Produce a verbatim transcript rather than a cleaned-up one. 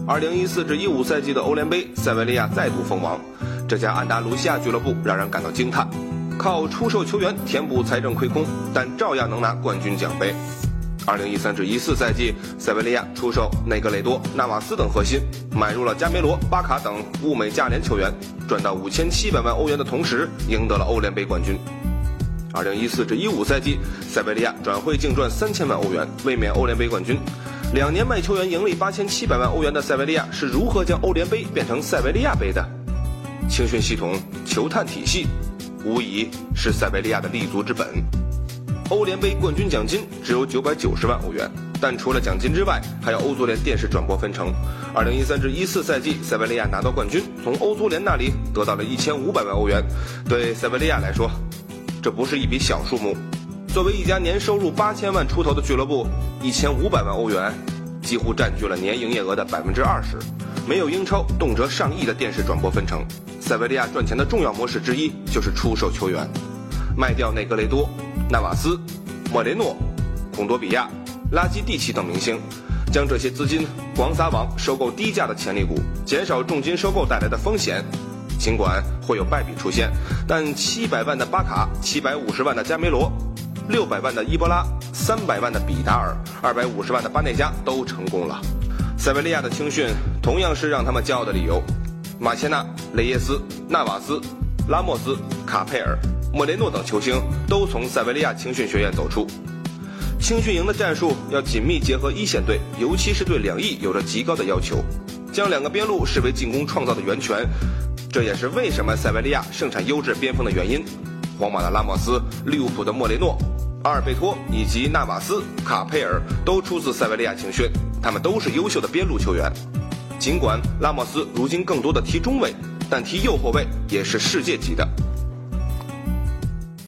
二零一四至一五赛季的欧联杯，塞维利亚再度封王，这家安达卢西亚俱乐部让人感到惊叹，靠出售球员填补财政亏空，但照样能拿冠军奖杯。二零一三至一四赛季，塞维利亚出售内格雷多、纳瓦斯等核心，买入了加梅罗、巴卡等物美价廉球员，赚到五千七百万欧元的同时，赢得了欧联杯冠军。二零一四至一五赛季，塞维利亚转会净赚三千万欧元，卫冕欧联杯冠军。两年卖球员盈利八千七百万欧元的塞维利亚是如何将欧联杯变成塞维利亚杯的？青训系统、球探体系，无疑是塞维利亚的立足之本。欧联杯冠军奖金只有九百九十万欧元，但除了奖金之外，还有欧足联电视转播分成。二零一三至一四赛季，塞维利亚拿到冠军，从欧足联那里得到了一千五百万欧元。对塞维利亚来说，这不是一笔小数目。作为一家年收入八千万出头的俱乐部，一千五百万欧元几乎占据了年营业额的百分之二十。没有英超动辄上亿的电视转播分成，塞维利亚赚钱的重要模式之一就是出售球员，卖掉内格雷多、纳瓦斯、莫雷诺、孔多比亚、拉基蒂奇等明星，将这些资金广撒网收购低价的潜力股，减少重金收购带来的风险。尽管会有败笔出现，但七百万的巴卡、七百五十万的加梅罗、六百万的伊波拉、三百万的比达尔、二百五十万的巴内加都成功了。塞维利亚的青训同样是让他们骄傲的理由。马切纳、雷耶斯、纳瓦斯、拉莫斯、卡佩尔、莫雷诺等球星都从塞维利亚青训学院走出。青训营的战术要紧密结合一线队，尤其是对两翼有着极高的要求，将两个边路视为进攻创造的源泉。这也是为什么塞维利亚盛产优质边锋的原因。皇马的拉莫斯、利物浦的莫雷诺、阿尔贝托以及纳瓦斯、卡佩尔都出自塞维利亚青训，他们都是优秀的边路球员。尽管拉莫斯如今更多的踢中卫，但踢右后卫也是世界级的。